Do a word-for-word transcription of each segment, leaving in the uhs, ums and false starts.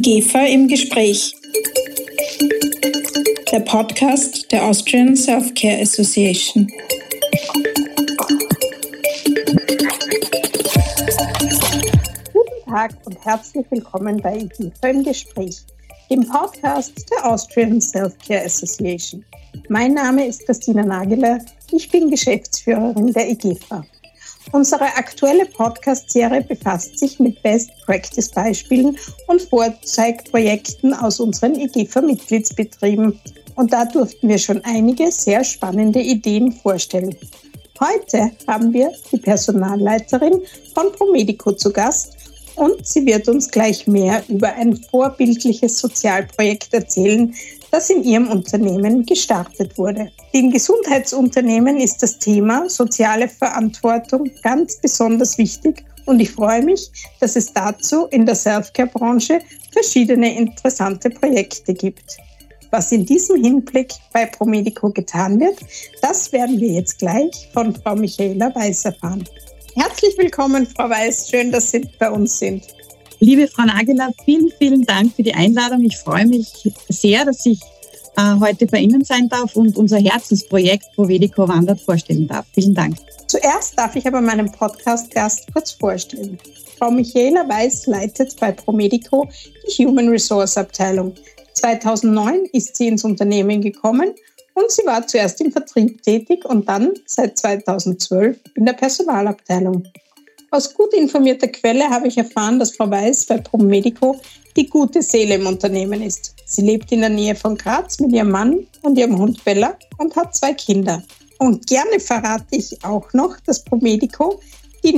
IGEFA im Gespräch. Der Podcast der Austrian Self-Care Association. Guten Tag und herzlich willkommen bei IGEFA im Gespräch, dem Podcast der Austrian Self-Care Association. Mein Name ist Christina Nageler, ich bin Geschäftsführerin der IGEFA. Unsere aktuelle Podcast-Serie befasst sich mit Best-Practice-Beispielen und Vorzeigprojekten aus unseren IGEFA-Mitgliedsbetrieben. Und da durften wir schon einige sehr spannende Ideen vorstellen. Heute haben wir die Personalleiterin von Promedico zu Gast und sie wird uns gleich mehr über ein vorbildliches Sozialprojekt erzählen, das in ihrem Unternehmen gestartet wurde. Den Gesundheitsunternehmen ist das Thema soziale Verantwortung ganz besonders wichtig und ich freue mich, dass es dazu in der Selfcare-Branche verschiedene interessante Projekte gibt. Was in diesem Hinblick bei Promedico getan wird, das werden wir jetzt gleich von Frau Michaela Weiß erfahren. Herzlich willkommen, Frau Weiß, schön, dass Sie bei uns sind. Liebe Frau Nageler, vielen, vielen Dank für die Einladung. Ich freue mich sehr, dass ich äh, heute bei Ihnen sein darf und unser Herzensprojekt Promedico wandert vorstellen darf. Vielen Dank. Zuerst darf ich aber meinen Podcast-Gast kurz vorstellen. Frau Michaela Weiß leitet bei Promedico die Human Resource Abteilung. zweitausendneun ist sie ins Unternehmen gekommen und sie war zuerst im Vertrieb tätig und dann seit zweitausendzwölf in der Personalabteilung. Aus gut informierter Quelle habe ich erfahren, dass Frau Weiß bei Promedico die gute Seele im Unternehmen ist. Sie lebt in der Nähe von Graz mit ihrem Mann und ihrem Hund Bella und hat zwei Kinder. Und gerne verrate ich auch noch, dass Promedico die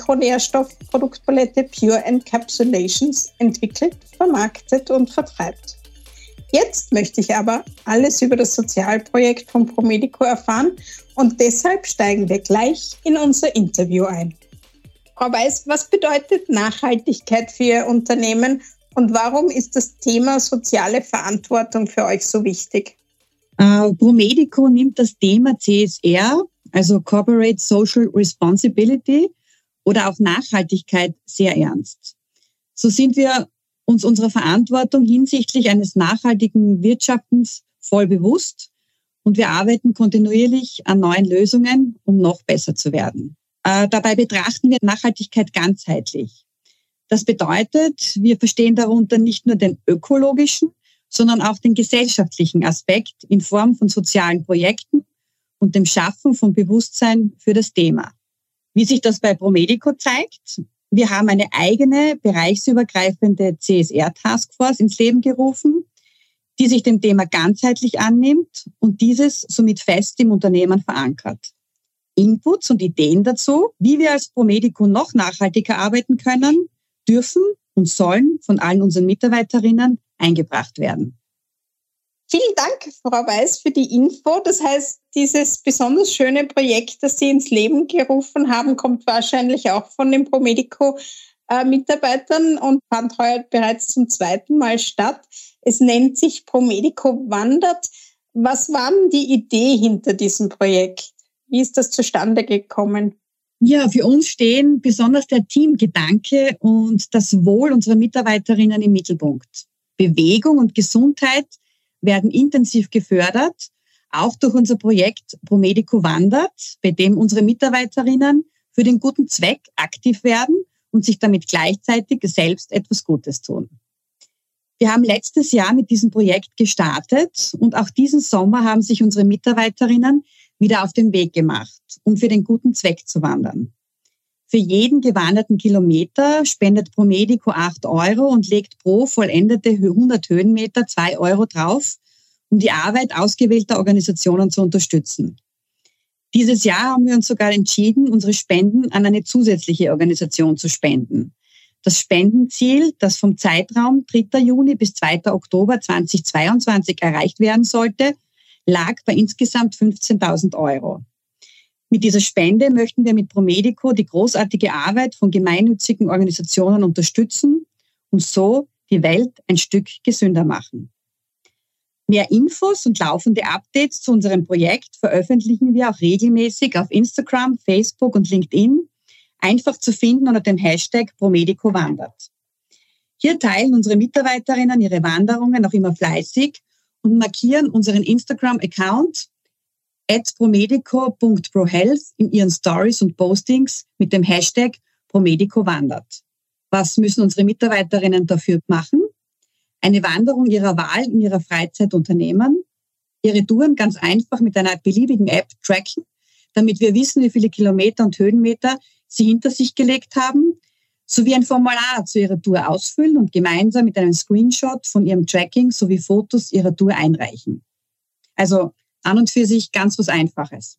Mikronährstoffproduktpalette Pure Encapsulations entwickelt, vermarktet und vertreibt. Jetzt möchte ich aber alles über das Sozialprojekt von Promedico erfahren und deshalb steigen wir gleich in unser Interview ein. Frau Weiß, was bedeutet Nachhaltigkeit für Ihr Unternehmen und warum ist das Thema soziale Verantwortung für euch so wichtig? Uh, Promedico nimmt das Thema C S R, also Corporate Social Responsibility oder auch Nachhaltigkeit, sehr ernst. So sind wir uns unserer Verantwortung hinsichtlich eines nachhaltigen Wirtschaftens voll bewusst und wir arbeiten kontinuierlich an neuen Lösungen, um noch besser zu werden. Äh, dabei betrachten wir Nachhaltigkeit ganzheitlich. Das bedeutet, wir verstehen darunter nicht nur den ökologischen, sondern auch den gesellschaftlichen Aspekt in Form von sozialen Projekten und dem Schaffen von Bewusstsein für das Thema. Wie sich das bei Promedico zeigt: Wir haben eine eigene bereichsübergreifende C S R-Taskforce ins Leben gerufen, die sich dem Thema ganzheitlich annimmt und dieses somit fest im Unternehmen verankert. Inputs und Ideen dazu, wie wir als Promedico noch nachhaltiger arbeiten können, dürfen und sollen von allen unseren Mitarbeiterinnen eingebracht werden. Vielen Dank, Frau Weiß, für die Info. Das heißt, dieses besonders schöne Projekt, das Sie ins Leben gerufen haben, kommt wahrscheinlich auch von den Promedico-Mitarbeitern und fand heuer bereits zum zweiten Mal statt. Es nennt sich Promedico wandert. Was war denn die Idee hinter diesem Projekt? Wie ist das zustande gekommen? Ja, für uns stehen besonders der Teamgedanke und das Wohl unserer Mitarbeiterinnen im Mittelpunkt. Bewegung und Gesundheit werden intensiv gefördert, auch durch unser Projekt Promedico wandert, bei dem unsere Mitarbeiterinnen für den guten Zweck aktiv werden und sich damit gleichzeitig selbst etwas Gutes tun. Wir haben letztes Jahr mit diesem Projekt gestartet und auch diesen Sommer haben sich unsere Mitarbeiterinnen wieder auf den Weg gemacht, um für den guten Zweck zu wandern. Für jeden gewanderten Kilometer spendet Promedico acht Euro und legt pro vollendete hundert Höhenmeter zwei Euro drauf, um die Arbeit ausgewählter Organisationen zu unterstützen. Dieses Jahr haben wir uns sogar entschieden, unsere Spenden an eine zusätzliche Organisation zu spenden. Das Spendenziel, das vom Zeitraum dritter Juni bis zweiter Oktober zweitausendzweiundzwanzig erreicht werden sollte, lag bei insgesamt fünfzehntausend Euro. Mit dieser Spende möchten wir mit Promedico die großartige Arbeit von gemeinnützigen Organisationen unterstützen und so die Welt ein Stück gesünder machen. Mehr Infos und laufende Updates zu unserem Projekt veröffentlichen wir auch regelmäßig auf Instagram, Facebook und LinkedIn, einfach zu finden unter dem Hashtag Promedico wandert. Hier teilen unsere Mitarbeiterinnen ihre Wanderungen noch immer fleißig und markieren unseren Instagram-Account at promedico punkt prohealth in ihren Stories und Postings mit dem Hashtag Promedico wandert. Was müssen unsere Mitarbeiterinnen dafür machen? Eine Wanderung ihrer Wahl in ihrer Freizeit unternehmen, ihre Touren ganz einfach mit einer beliebigen App tracken, damit wir wissen, wie viele Kilometer und Höhenmeter sie hinter sich gelegt haben, sowie ein Formular zu ihrer Tour ausfüllen und gemeinsam mit einem Screenshot von ihrem Tracking sowie Fotos ihrer Tour einreichen. Also an und für sich ganz was Einfaches.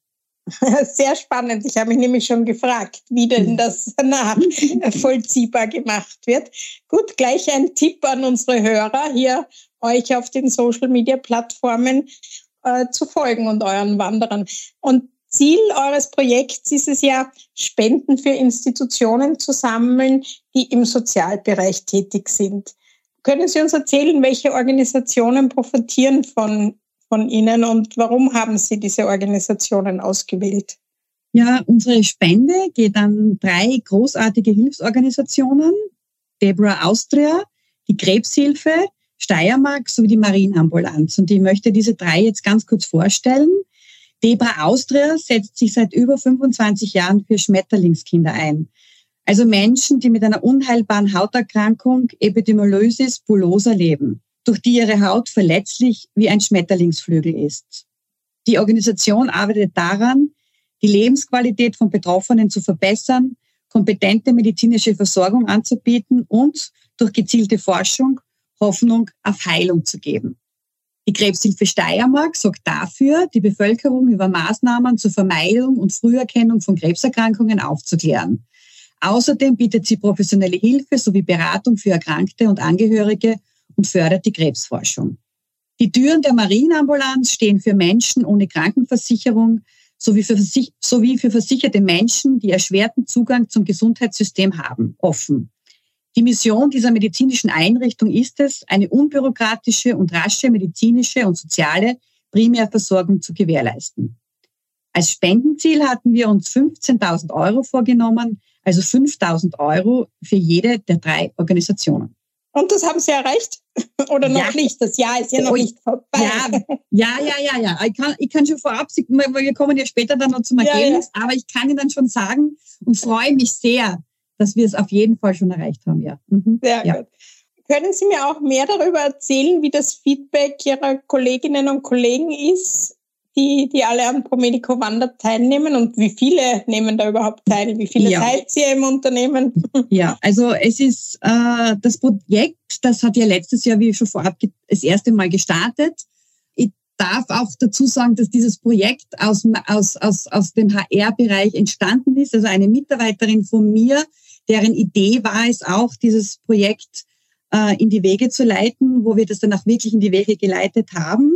Sehr spannend. Ich habe mich nämlich schon gefragt, wie denn das nachvollziehbar gemacht wird. Gut, gleich ein Tipp an unsere Hörer, hier euch auf den Social-Media-Plattformen äh, zu folgen und euren Wanderern. Und Ziel eures Projekts ist es ja, Spenden für Institutionen zu sammeln, die im Sozialbereich tätig sind. Können Sie uns erzählen, welche Organisationen profitieren von von Ihnen und warum haben Sie diese Organisationen ausgewählt? Ja, unsere Spende geht an drei großartige Hilfsorganisationen, Debra Austria, die Krebshilfe, Steiermark sowie die Marienambulanz. Und ich möchte diese drei jetzt ganz kurz vorstellen. Debra Austria setzt sich seit über fünfundzwanzig Jahren für Schmetterlingskinder ein. Also Menschen, die mit einer unheilbaren Hauterkrankung Epidermolysis bullosa leben, durch die ihre Haut verletzlich wie ein Schmetterlingsflügel ist. Die Organisation arbeitet daran, die Lebensqualität von Betroffenen zu verbessern, kompetente medizinische Versorgung anzubieten und durch gezielte Forschung Hoffnung auf Heilung zu geben. Die Krebshilfe Steiermark sorgt dafür, die Bevölkerung über Maßnahmen zur Vermeidung und Früherkennung von Krebserkrankungen aufzuklären. Außerdem bietet sie professionelle Hilfe sowie Beratung für Erkrankte und Angehörige und fördert die Krebsforschung. Die Türen der Marienambulanz stehen für Menschen ohne Krankenversicherung sowie für, versich- sowie für versicherte Menschen, die erschwerten Zugang zum Gesundheitssystem haben, offen. Die Mission dieser medizinischen Einrichtung ist es, eine unbürokratische und rasche medizinische und soziale Primärversorgung zu gewährleisten. Als Spendenziel hatten wir uns fünfzehntausend Euro vorgenommen, also fünftausend Euro für jede der drei Organisationen. Und das haben Sie erreicht? Oder noch ja. nicht? Das Jahr ist ja noch oh, nicht vorbei. Ja, ja, ja, ja. ja. Ich, kann, ich kann schon vorab, weil wir kommen ja später dann noch zum Ergebnis, ja, ja. aber ich kann Ihnen dann schon sagen und freue mich sehr, dass wir es auf jeden Fall schon erreicht haben. Ja. Mhm. Sehr ja. gut. Können Sie mir auch mehr darüber erzählen, wie das Feedback Ihrer Kolleginnen und Kollegen ist, die, die alle am Promedico Wandert teilnehmen und wie viele nehmen da überhaupt teil? Wie viele ja. seid ihr im Unternehmen? Ja, also es ist äh, das Projekt, das hat ja letztes Jahr, wie schon vorab, das erste Mal gestartet. Ich darf auch dazu sagen, dass dieses Projekt aus, aus, aus, aus dem H R-Bereich entstanden ist. Also eine Mitarbeiterin von mir, deren Idee war es auch, dieses Projekt äh, in die Wege zu leiten, wo wir das dann auch wirklich in die Wege geleitet haben.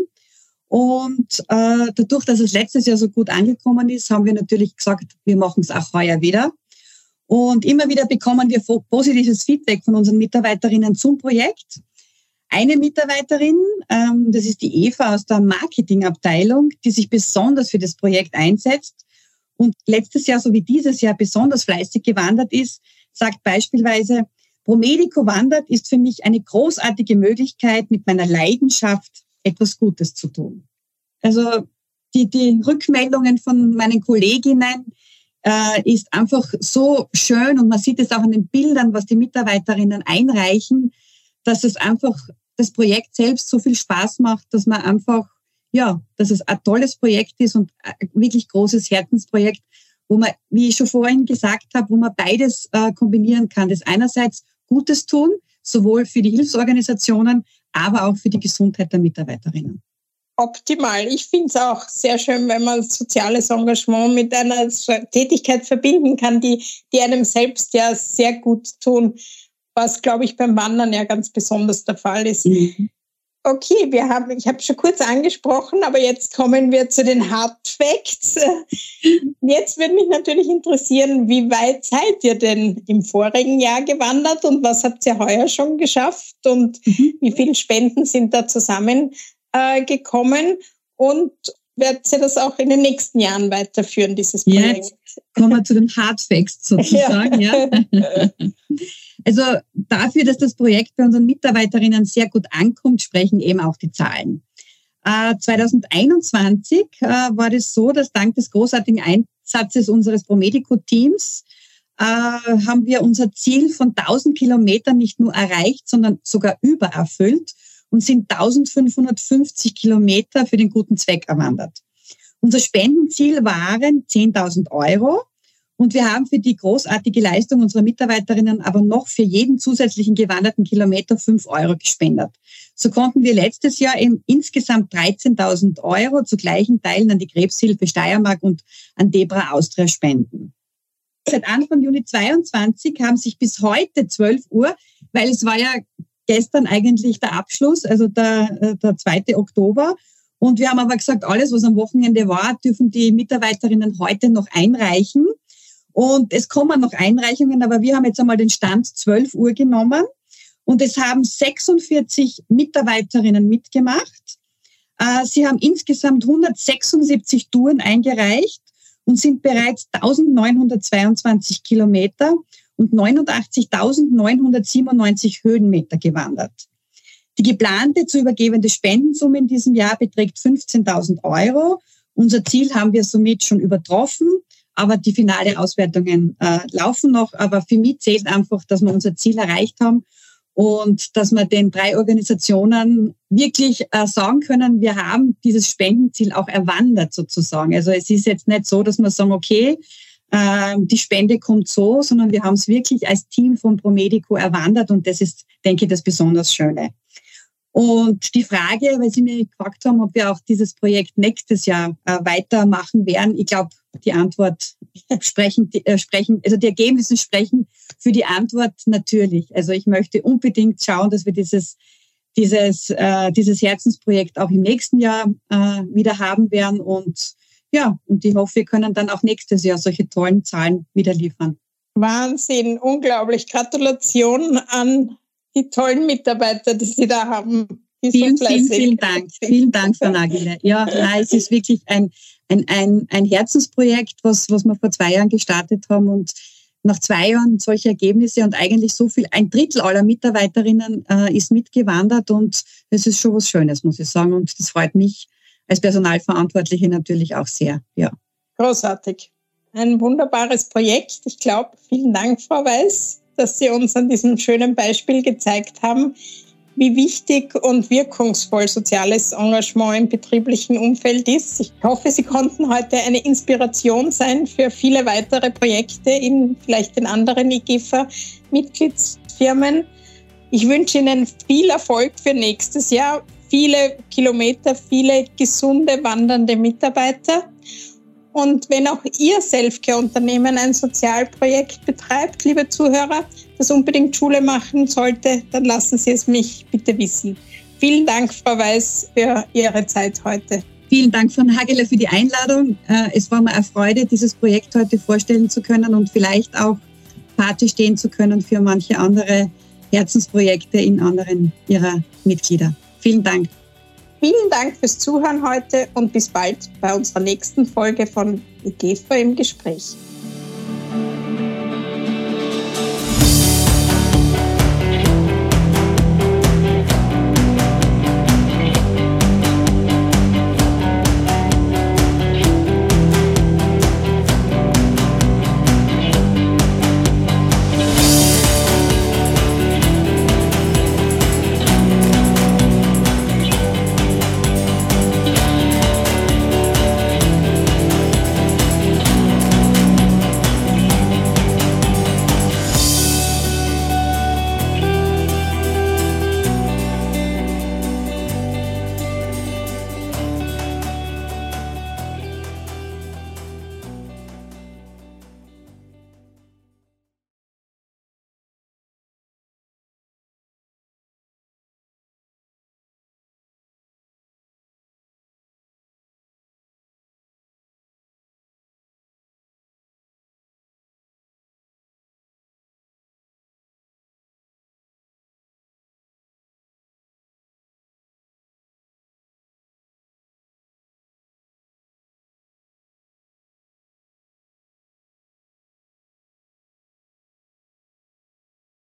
Und äh, dadurch, dass es letztes Jahr so gut angekommen ist, haben wir natürlich gesagt, wir machen es auch heuer wieder. Und immer wieder bekommen wir positives Feedback von unseren Mitarbeiterinnen zum Projekt. Eine Mitarbeiterin, ähm, das ist die Eva aus der Marketingabteilung, die sich besonders für das Projekt einsetzt und letztes Jahr sowie dieses Jahr besonders fleißig gewandert ist, sagt beispielsweise, Promedico Wandert ist für mich eine großartige Möglichkeit, mit meiner Leidenschaft etwas Gutes zu tun. Also die, die Rückmeldungen von meinen Kolleginnen äh, ist einfach so schön und man sieht es auch an den Bildern, was die Mitarbeiterinnen einreichen, dass es einfach das Projekt selbst so viel Spaß macht, dass man einfach, ja, dass es ein tolles Projekt ist und ein wirklich großes Herzensprojekt, wo man, wie ich schon vorhin gesagt habe, wo man beides äh, kombinieren kann. Das einerseits Gutes tun, sowohl für die Hilfsorganisationen, aber auch für die Gesundheit der Mitarbeiterinnen. Optimal. Ich finde es auch sehr schön, wenn man soziales Engagement mit einer Tätigkeit verbinden kann, die, die einem selbst ja sehr gut tun, was, glaube ich, beim Wandern ja ganz besonders der Fall ist. Mhm. Okay, wir haben, ich habe schon kurz angesprochen, aber jetzt kommen wir zu den Hard Facts. Jetzt würde mich natürlich interessieren, wie weit seid ihr denn im vorigen Jahr gewandert und was habt ihr heuer schon geschafft und mhm. wie viele Spenden sind da zusammengekommen äh, und werdet ihr das auch in den nächsten Jahren weiterführen, dieses Projekt? Jetzt kommen wir zu den Hard Facts sozusagen. ja. ja. Also dafür, dass das Projekt bei unseren Mitarbeiterinnen sehr gut ankommt, sprechen eben auch die Zahlen. Äh, zwanzig einundzwanzig äh, war das so, dass dank des großartigen Einsatzes unseres Promedico-Teams äh, haben wir unser Ziel von tausend Kilometern nicht nur erreicht, sondern sogar übererfüllt und sind eintausendfünfhundertfünfzig Kilometer für den guten Zweck erwandert. Unser Spendenziel waren zehntausend Euro. Und wir haben für die großartige Leistung unserer Mitarbeiterinnen aber noch für jeden zusätzlichen gewanderten Kilometer fünf Euro gespendet. So konnten wir letztes Jahr eben insgesamt dreizehntausend Euro zu gleichen Teilen an die Krebshilfe Steiermark und an Debra Austria spenden. Seit Anfang Juni zweiundzwanzig haben sich bis heute zwölf Uhr, weil es war ja gestern eigentlich der Abschluss, also der, der zweite Oktober. Und wir haben aber gesagt, alles, was am Wochenende war, dürfen die Mitarbeiterinnen heute noch einreichen. Und es kommen noch Einreichungen, aber wir haben jetzt einmal den Stand zwölf Uhr genommen und es haben sechsundvierzig Mitarbeiterinnen mitgemacht. Sie haben insgesamt hundertsechsundsiebzig Touren eingereicht und sind bereits eintausendneunhundertzweiundzwanzig Kilometer und neunundachtzigtausendneunhundertsiebenundneunzig Höhenmeter gewandert. Die geplante zu übergebende Spendensumme in diesem Jahr beträgt fünfzehntausend Euro. Unser Ziel haben wir somit schon übertroffen. Aber die finale Auswertungen äh, laufen noch. Aber für mich zählt einfach, dass wir unser Ziel erreicht haben und dass wir den drei Organisationen wirklich äh, sagen können, wir haben dieses Spendenziel auch erwandert sozusagen. Also es ist jetzt nicht so, dass wir sagen, okay, äh, die Spende kommt so, sondern wir haben es wirklich als Team von Promedico erwandert und das ist, denke ich, das besonders Schöne. Und die Frage, weil Sie mir gefragt haben, ob wir auch dieses Projekt nächstes Jahr äh, weitermachen werden, ich glaube, die Antwort sprechen, äh, sprechen, also die Ergebnisse sprechen für die Antwort natürlich. Also ich möchte unbedingt schauen, dass wir dieses, dieses, äh, dieses Herzensprojekt auch im nächsten Jahr äh, wieder haben werden. Und ja, und ich hoffe, wir können dann auch nächstes Jahr solche tollen Zahlen wieder liefern. Wahnsinn, unglaublich. Gratulation an die tollen Mitarbeiter, die Sie da haben. Vielen, vielen, vielen Dank. Vielen Dank, Frau Nagele. Ja, nein, es ist wirklich ein, ein, ein, ein Herzensprojekt, was, was wir vor zwei Jahren gestartet haben und nach zwei Jahren solche Ergebnisse und eigentlich so viel, ein Drittel aller Mitarbeiterinnen äh, ist mitgewandert und es ist schon was Schönes, muss ich sagen. Und das freut mich als Personalverantwortliche natürlich auch sehr, ja. Großartig. Ein wunderbares Projekt. Ich glaube, vielen Dank, Frau Weiß, dass Sie uns an diesem schönen Beispiel gezeigt haben, wie wichtig und wirkungsvoll soziales Engagement im betrieblichen Umfeld ist. Ich hoffe, Sie konnten heute eine Inspiration sein für viele weitere Projekte in vielleicht den anderen I G E F A-Mitgliedsfirmen. Ich wünsche Ihnen viel Erfolg für nächstes Jahr, viele Kilometer, viele gesunde, wandernde Mitarbeiter. Und wenn auch Ihr Selfcare-Unternehmen ein Sozialprojekt betreibt, liebe Zuhörer, das unbedingt Schule machen sollte, dann lassen Sie es mich bitte wissen. Vielen Dank, Frau Weiß, für Ihre Zeit heute. Vielen Dank, Frau Nagele, für die Einladung. Es war mir eine Freude, dieses Projekt heute vorstellen zu können und vielleicht auch Pate stehen zu können für manche andere Herzensprojekte in anderen Ihrer Mitglieder. Vielen Dank. Vielen Dank fürs Zuhören heute und bis bald bei unserer nächsten Folge von I G E F A im Gespräch.